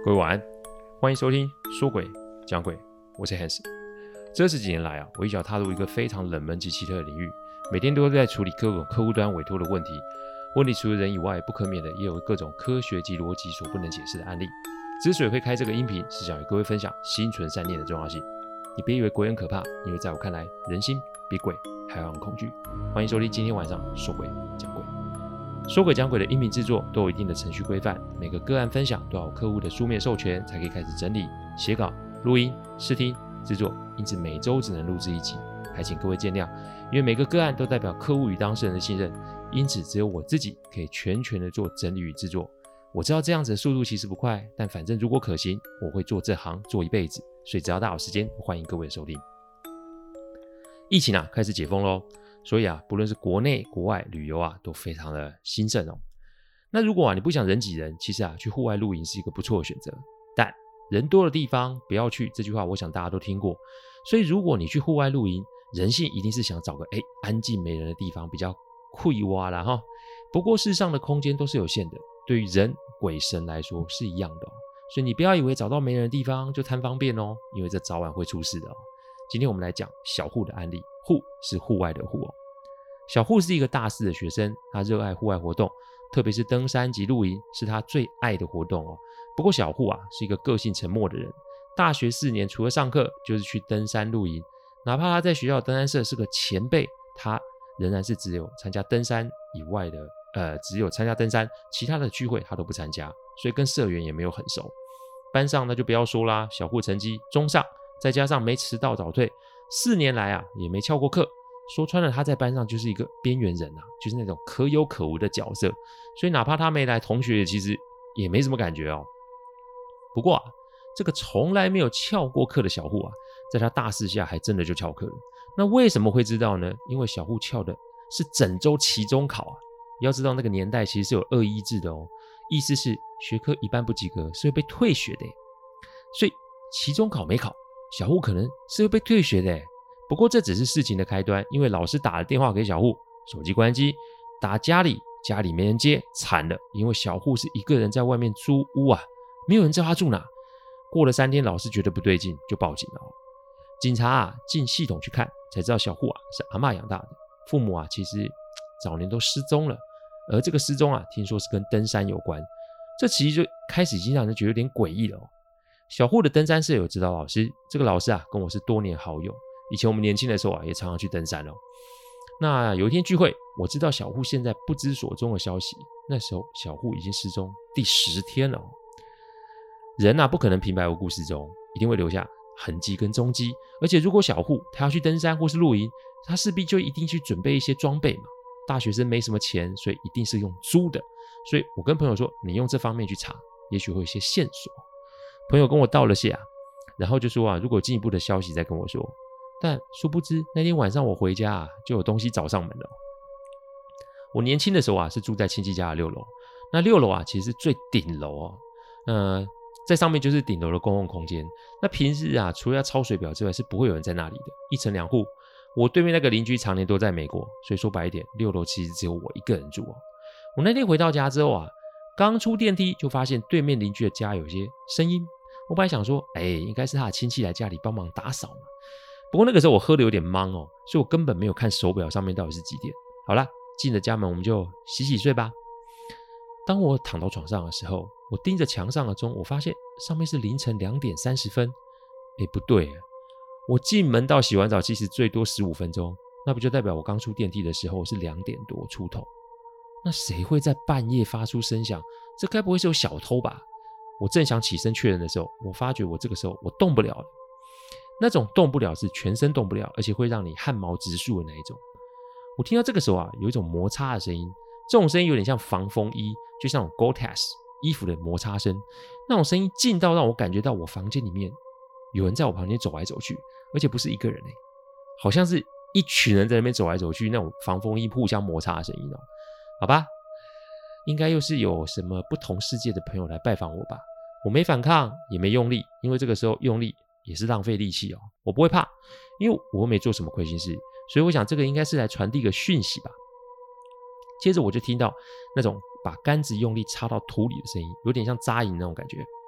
各位晚安，欢迎收听说鬼讲鬼，我是 Hans。这10几年来我一脚踏入一个非常冷门及奇特的领域，每天都在处理各种客户端委托的问题。问题除了人以外，不可免的也有各种科学及逻辑所不能解释的案例。之所以会开这个音频，是想与各位分享心存善念的重要性。你别以为鬼很可怕，因为在我看来，人心比鬼还要让人恐惧。欢迎收听今天晚上说鬼讲鬼。说鬼讲鬼的音频制作都有一定的程序规范，每个个案分享都要有客户的书面授权才可以开始整理、写稿、录音、试听、制作，因此每周只能录制1集，还请各位见谅。因为每个个案都代表客户与当事人的信任，因此只有我自己可以全权的做整理与制作。我知道这样子的速度其实不快，但反正如果可行，我会做这行做一辈子，所以只要大有时间，欢迎各位的收听。疫情开始解封咯，所以不论是国内国外旅游都非常的兴盛哦。那如果你不想人挤人，其实去户外露营是一个不错的选择，但人多的地方不要去，这句话我想大家都听过。所以如果你去户外露营，人性一定是想找个安静没人的地方，比较酷挖啦哈。不过世上的空间都是有限的，对于人鬼神来说是一样的所以你不要以为找到没人的地方就贪方便因为这早晚会出事的今天我们来讲小户的案例，户是户外的户小户是一个大4的学生，他热爱户外活动，特别是登山及露营是他最爱的活动不过小户是一个个性沉默的人，大学4年除了上课就是去登山露营，哪怕他在学校登山社是个前辈，他仍然是只有参加登山以外的只有参加登山，其他的聚会他都不参加，所以跟社员也没有很熟。班上那就不要说啦，小户成绩中上，再加上没迟到早退，4年来也没翘过课，说穿了他在班上就是一个边缘人就是那种可有可无的角色，所以哪怕他没来，同学其实也没什么感觉不过这个从来没有翘过课的小户在他大4下还真的就翘课了。那为什么会知道呢？因为小户翘的是整周期中考要知道那个年代其实是有2-1制的意思是学科一半不及格是会被退学的所以期中考没考，小户可能是会被退学的不过这只是事情的开端，因为老师打了电话给小户，手机关机，打家里没人接，惨了，因为小户是一个人在外面租屋没有人知道他住哪。过了3天，老师觉得不对劲，就报警了警察进系统去看，才知道小户是阿嬷养大的，父母其实早年都失踪了，而这个失踪听说是跟登山有关，这其实就开始已经让人觉得有点诡异了小户的登山社有指导老师，这个老师跟我是多年好友，以前我们年轻的时候也常常去登山那有一天聚会，我知道小户现在不知所踪的消息，那时候小户已经失踪第10天了人不可能平白无故失踪，一定会留下痕迹跟踪迹，而且如果小户他要去登山或是露营，他势必就一定去准备一些装备嘛。大学生没什么钱，所以一定是用租的，所以我跟朋友说，你用这方面去查，也许会有一些线索。朋友跟我道了谢然后就说如果进一步的消息再跟我说。但殊不知那天晚上我回家就有东西找上门了我年轻的时候是住在亲戚家的6楼，那6楼其实是最顶楼在上面就是顶楼的公共空间。那平日除了要抄水表之外，是不会有人在那里的，1层2户。我对面那个邻居常年都在美国，所以说白一点，6楼其实只有我一个人住我那天回到家之后刚出电梯就发现对面邻居的家有些声音。我本来想说应该是他的亲戚来家里帮忙打扫嘛。不过那个时候我喝的有点懵所以我根本没有看手表上面到底是几点。好啦，进了家门我们就洗洗睡吧。当我躺到床上的时候，我盯着墙上的钟，我发现上面是凌晨2点30分。不对我进门到洗完澡其实最多15分钟，那不就代表我刚出电梯的时候是2点多出头？那谁会在半夜发出声响？这该不会是有小偷吧？我正想起身确认的时候，我发觉我这个时候我动不了了。那种动不了是全身动不了，而且会让你汗毛直竖的那一种。我听到这个时候有一种摩擦的声音，这种声音有点像防风衣，就像Gore-Tex衣服的摩擦声。那种声音近到让我感觉到我房间里面有人在我旁边走来走去，而且不是一个人好像是一群人在那边走来走去，那种防风衣互相摩擦的声音好吧，应该又是有什么不同世界的朋友来拜访我吧。我没反抗也没用力，因为这个时候用力也是浪费力气我不会怕，因为我没做什么亏心事，所以我想这个应该是来传递个讯息吧。接着我就听到那种把杆子用力插到土里的声音，有点像扎营那种感觉。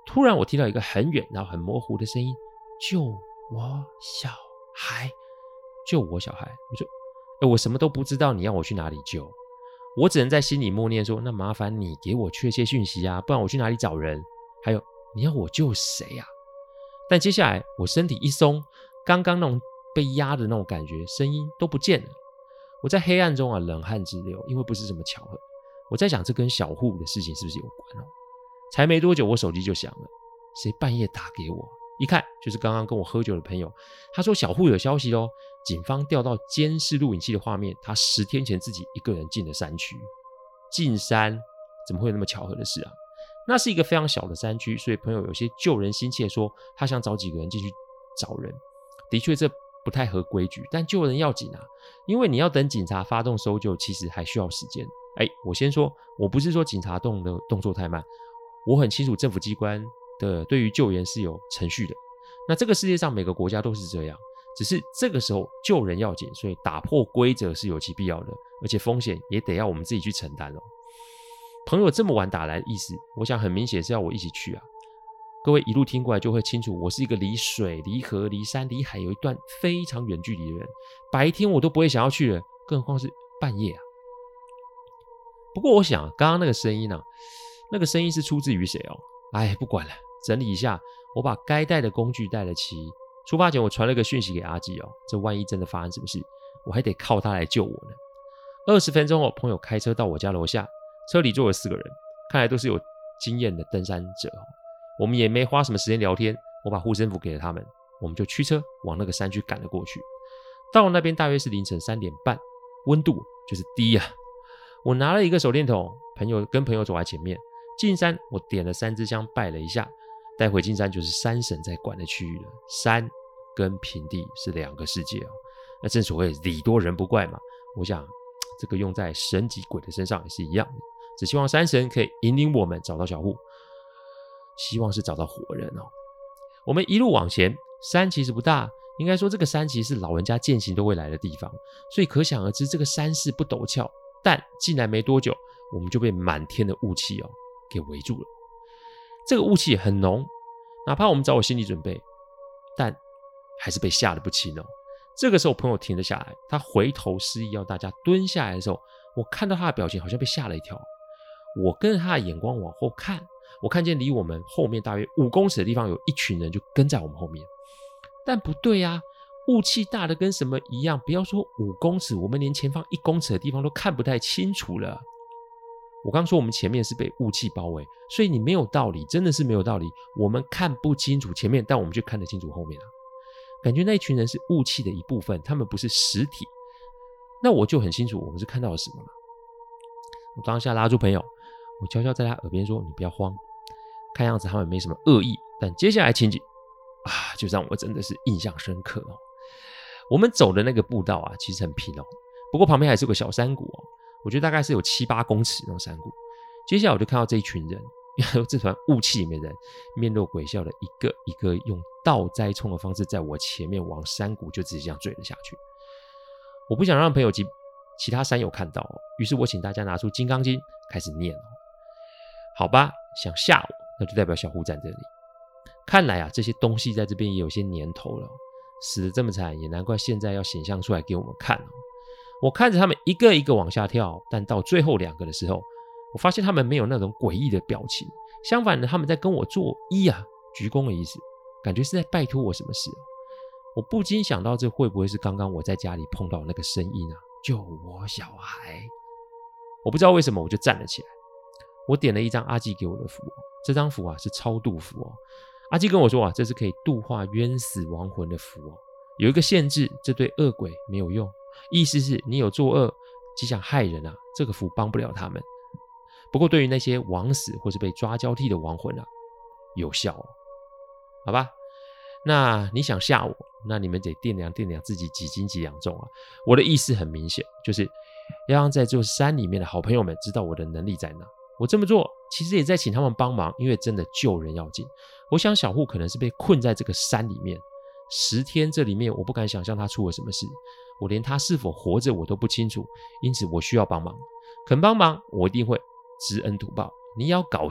突然我听到一个很远然后很模糊的声音，救我小孩，救我小孩。我什么都不知道，你要我去哪里救？我只能在心里默念说，那麻烦你给我确切讯息啊，不然我去哪里找人？还有你要我救谁啊？但接下来我身体一松，刚刚那种被压的那种感觉，声音都不见了。我在黑暗中冷汗直流，因为不是什么巧合。我在想这跟小户的事情是不是有关才没多久我手机就响了，谁半夜打给我？一看就是刚刚跟我喝酒的朋友，他说小户有消息警方调到监视录影器的画面，他10天前自己一个人进了山区。进山怎么会有那么巧合的事啊？那是一个非常小的山区，所以朋友有些救人心切，说他想找几个人进去找人。的确这不太合规矩，但救人要紧啊，因为你要等警察发动搜救，其实还需要时间。我先说，我不是说警察的动作太慢，我很清楚政府机关的对于救援是有程序的。那这个世界上每个国家都是这样，只是这个时候救人要紧，所以打破规则是有其必要的，而且风险也得要我们自己去承担朋友这么晚打来的意思，我想很明显是要我一起去啊。各位一路听过来就会清楚，我是一个离水、离河、离山、离海有一段非常远距离的人，白天我都不会想要去了，更何况是半夜啊。不过我想刚刚那个声音那个声音是出自于谁不管了，整理一下，我把该带的工具带了齐。出发前我传了个讯息给阿基这万一真的发生什么事，我还得靠他来救我呢。20分钟后，朋友开车到我家楼下，车里坐了4个人，看来都是有经验的登山者。我们也没花什么时间聊天，我把护身符给了他们，我们就驱车往那个山区赶了过去。到了那边大约是凌晨3点半，温度就是低啊。我拿了一个手电筒，跟朋友走在前面。进山我点了3支香拜了一下，待会进山就是山神在管的区域了。山跟平地是2个世界那正所谓礼多人不怪嘛，我想这个用在神及鬼的身上也是一样的，只希望山神可以引领我们找到小户，希望是找到活人我们一路往前，山其实不大，应该说这个山其实是老人家践行都会来的地方，所以可想而知这个山势不陡峭。但进来没多久，我们就被满天的雾气给围住了。这个雾气很浓，哪怕我们早有心理准备，但还是被吓得不轻这个时候朋友停了下来，他回头示意要大家蹲下来的时候，我看到他的表情好像被吓了一跳。我跟着他的眼光往后看，我看见离我们后面大约5公尺的地方有一群人就跟在我们后面。但不对啊，雾气大的跟什么一样，不要说5公尺，我们连前方1公尺的地方都看不太清楚了。我刚说我们前面是被雾气包围，所以你没有道理，真的是没有道理，我们看不清楚前面，但我们却看得清楚后面感觉那一群人是雾气的一部分，他们不是实体。那我就很清楚我们是看到了什么了。我当下拉住朋友，我悄悄在他耳边说，你不要慌，看样子他们没什么恶意。但接下来情景就让我真的是印象深刻我们走的那个步道其实很平不过旁边还是有个小山谷我觉得大概是有7、8公尺那种山谷。接下来我就看到这一群人，这团雾气里面的人面露鬼笑的一个一个用倒栽葱的方式在我前面往山谷就直接这样坠了下去。我不想让朋友及其他山友看到于是我请大家拿出金刚经开始念好吧，想吓我那就代表小户在这里。看来这些东西在这边也有些年头了死得这么惨，也难怪现在要显像出来给我们看我看着他们一个一个往下跳，但到最后2个的时候，我发现他们没有那种诡异的表情，相反的他们在跟我做鞠躬的意思，感觉是在拜托我什么事我不禁想到这会不会是刚刚我在家里碰到的那个声音救我小孩。我不知道为什么我就站了起来，我点了一张阿纪给我的符这张符是超度符阿纪跟我说这是可以度化冤死亡魂的符有一个限制，这对恶鬼没有用，意思是你有作恶即想害人这个符帮不了他们。不过对于那些枉死或是被抓交替的亡魂有效好吧，那你想吓我，那你们得掂量掂量自己几斤几两重我的意思很明显，就是要让在这山里面的好朋友们知道我的能力在哪。我这么做其实也在请他们帮忙，因为真的救人要紧。我想小户可能是被困在这个山里面10天，这里面我不敢想象他出了什么事，我连他是否活着我都不清楚，因此我需要帮忙。肯帮忙我一定会知恩图报，你要搞事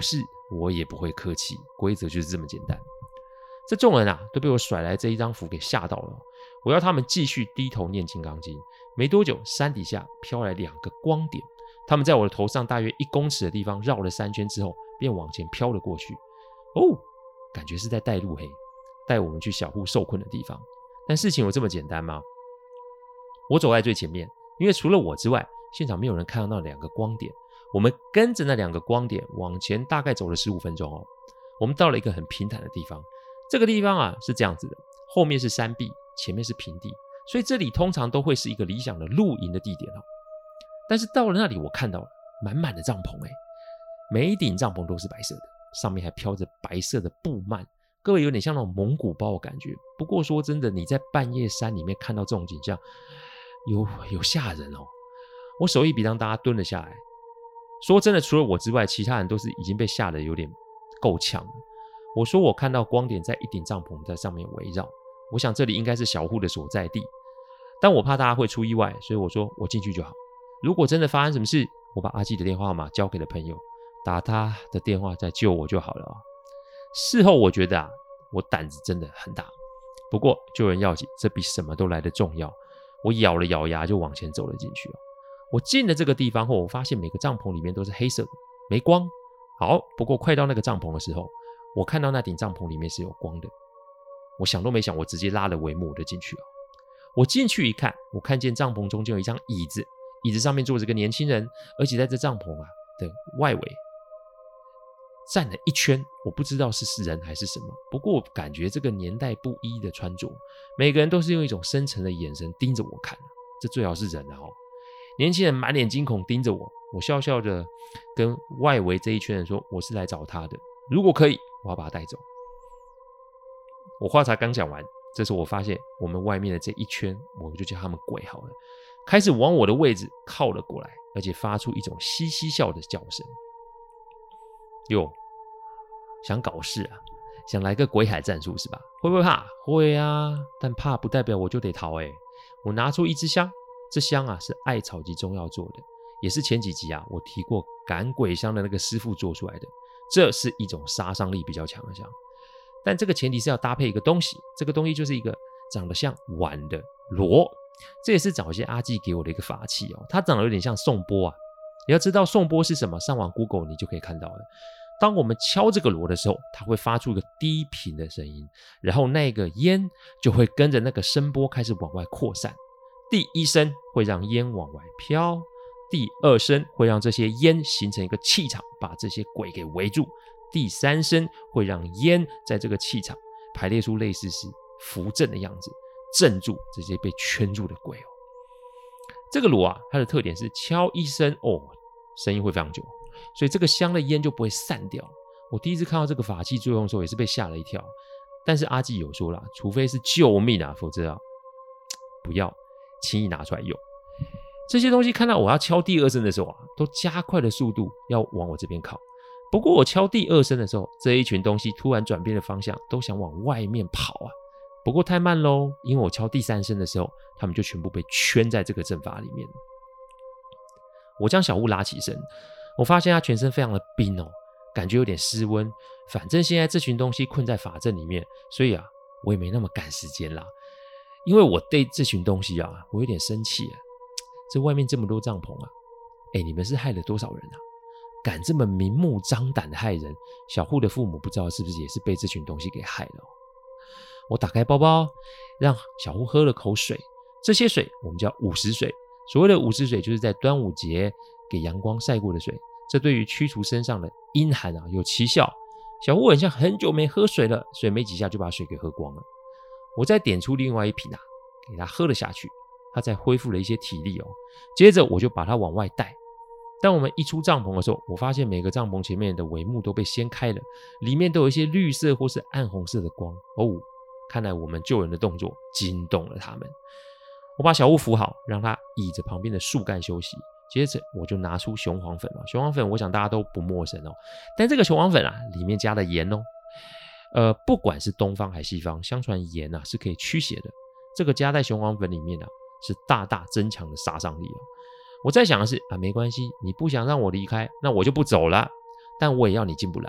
我也不会客气，规则就是这么简单。这众人啊，都被我甩来这一张符给吓到了。我要他们继续低头念金刚经。没多久，山底下飘来2个光点，他们在我的头上大约1公尺的地方绕了3圈之后，便往前飘了过去。哦，感觉是在带路黑，带我们去小户受困的地方。但事情有这么简单吗？我走在最前面，因为除了我之外，现场没有人看到那2个光点。我们跟着那2个光点往前，大概走了15分钟哦。我们到了一个很平坦的地方，这个地方啊是这样子的，后面是山壁，前面是平地，所以这里通常都会是一个理想的露营的地点哦。但是到了那里，我看到了满满的帐篷每一顶帐篷都是白色的，上面还飘着白色的布幔，各位有点像那种蒙古包的感觉。不过说真的，你在半夜山里面看到这种景象，有吓人哦。我手一比让大家蹲了下来。说真的，除了我之外，其他人都是已经被吓得有点够呛了。我说我看到光点在一顶帐篷在上面围绕，我想这里应该是小户的所在地，但我怕大家会出意外，所以我说我进去就好。如果真的发生什么事，我把阿纪的电话号码交给了朋友，打他的电话再救我就好了啊。事后我觉得我胆子真的很大，不过救人要紧，这比什么都来得重要。我咬了咬牙就往前走了进去。我进了这个地方后，我发现每个帐篷里面都是黑色的，没光。好，不过快到那个帐篷的时候，我看到那顶帐篷里面是有光的。我想都没想，我直接拉了帷幕我就进去了。我进去一看，我看见帐篷中间有一张椅子，椅子上面坐着个年轻人，而且在这帐篷的外围站了一圈，我不知道是人还是什么，不过我感觉这个年代不一的穿着，每个人都是用一种深沉的眼神盯着我看，这最好是人哦。年轻人满脸惊恐盯着我，我笑笑的跟外围这一圈人说，我是来找他的，如果可以，我要把他带走。我话才刚讲完，这时候我发现我们外面的这一圈，我就叫他们鬼好了，开始往我的位置靠了过来，而且发出一种嘻嘻笑的叫声。哟，想搞事啊，想来个鬼海战术是吧？会不会怕？会啊，但怕不代表我就得逃我拿出一支香，这香是艾草及中药做的，也是前几集我提过赶鬼香的那个师傅做出来的，这是一种杀伤力比较强的香。但这个前提是要搭配一个东西，这个东西就是一个长得像碗的锣，这也是早些阿纪给我的一个法器它长得有点像颂钵你要知道颂钵是什么，上网 Google 你就可以看到了。当我们敲这个锣的时候，它会发出一个低频的声音，然后那个烟就会跟着那个声波开始往外扩散。第一声会让烟往外飘，第二声会让这些烟形成一个气场，把这些鬼给围住，第3声会让烟在这个气场排列出类似是符阵的样子，镇住这些被圈住的鬼这个锣它的特点是敲一声声音会非常久，所以这个香的烟就不会散掉。我第一次看到这个法器作用的时候也是被吓了一跳，但是阿纪有说啦，除非是救命否则不要轻易拿出来用。这些东西看到我要敲第2声的时候都加快了速度要往我这边靠。不过我敲第2声的时候，这一群东西突然转变了方向，都想往外面跑不过太慢咯，因为我敲第3声的时候，他们就全部被圈在这个阵法里面。我将小物拉起身，我发现他全身非常的冰感觉有点失温。反正现在这群东西困在法阵里面，所以我也没那么赶时间啦。因为我对这群东西我有点生气这外面这么多帐篷你们是害了多少人敢这么明目张胆的害人，小户的父母不知道是不是也是被这群东西给害了我打开包包，让小户喝了口水，这些水我们叫午时水，所谓的午时水就是在端午节给阳光晒过的水，这对于驱除身上的阴寒有奇效。小户很像很久没喝水了，所以没几下就把水给喝光了。我再点出另外一瓶给他喝了下去，他才恢复了一些体力接着我就把他往外带。当我们一出帐篷的时候，我发现每个帐篷前面的帷幕都被掀开了，里面都有一些绿色或是暗红色的光看来我们救人的动作惊动了他们。我把小物扶好，让他倚着旁边的树干休息，接着我就拿出雄黄粉雄黄粉我想大家都不陌生但这个雄黄粉里面加了盐不管是东方还西方，相传盐是可以驱邪的，这个加在雄黄粉里面是大大增强的杀伤力我在想的是没关系，你不想让我离开，那我就不走了，但我也要你进不来。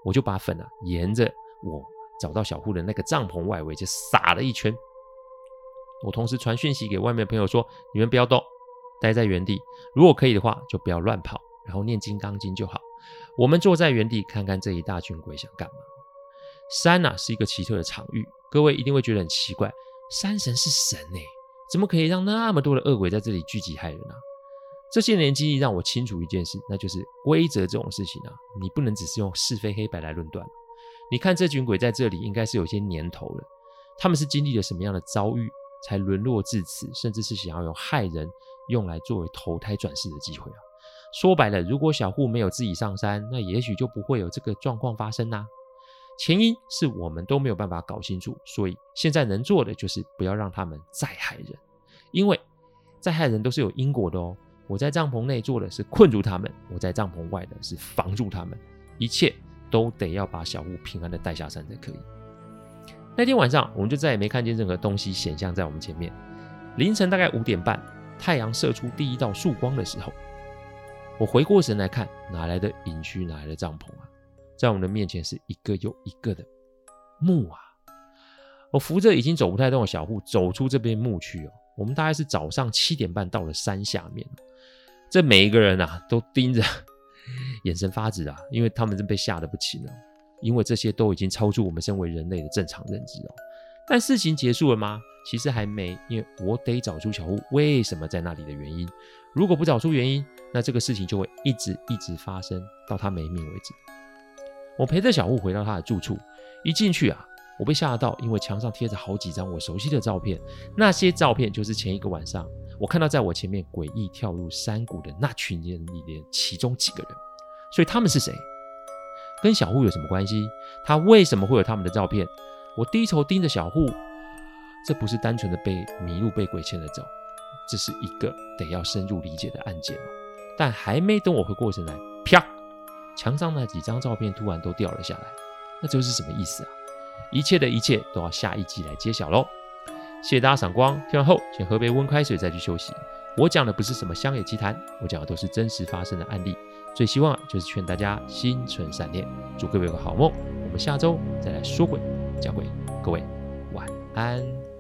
我就把粉沿着我找到小户的那个帐篷外围就撒了一圈。我同时传讯息给外面的朋友说，你们不要动，待在原地，如果可以的话就不要乱跑，然后念金刚经就好。我们坐在原地看看这一大群鬼想干嘛。山是一个奇特的场域，各位一定会觉得很奇怪，山神是神怎么可以让那么多的恶鬼在这里聚集害人啊？这些年经历让我清楚一件事，那就是规则这种事情你不能只是用是非黑白来论断。你看这群鬼在这里应该是有些年头了，他们是经历了什么样的遭遇才沦落至此，甚至是想要用害人用来作为投胎转世的机会说白了，如果小户没有自己上山，那也许就不会有这个状况发生前因是我们都没有办法搞清楚，所以现在能做的就是不要让他们再害人，因为再害人都是有因果的我在帐篷内做的是困住他们，我在帐篷外的是防住他们，一切都得要把小户平安的带下山才可以。那天晚上我们就再也没看见任何东西显现在我们前面。凌晨大概5点半，太阳射出第一道曙光的时候，我回过神来看，哪来的营区，哪来的帐篷在我们的面前是一个又一个的墓我扶着已经走不太动的小户走出这边墓区我们大概是早上7点半到了山下面这每一个人都盯着，眼神发直因为他们真被吓得不轻了，因为这些都已经超出我们身为人类的正常认知但事情结束了吗？其实还没，因为我得找出小户为什么在那里的原因。如果不找出原因，那这个事情就会一直发生到他没命为止。我陪着小户回到他的住处，一进去我被吓到，因为墙上贴着好几张我熟悉的照片，那些照片就是前一个晚上我看到在我前面诡异跳入山谷的那群人里面其中几个人。所以他们是谁？跟小户有什么关系？他为什么会有他们的照片？我低头盯着小户，这不是单纯的被迷路被鬼牵着走，这是一个得要深入理解的案件但还没等我回过神来，啪，墙上那几张照片突然都掉了下来。那这是什么意思一切的一切都要下一集来揭晓咯。谢谢大家赏光，听完后先喝杯温开水再去休息。我讲的不是什么乡野奇谈，我讲的都是真实发生的案例，最希望就是劝大家心存善念，祝各位有个好梦。我们下周再来说鬼讲鬼，各位晚安。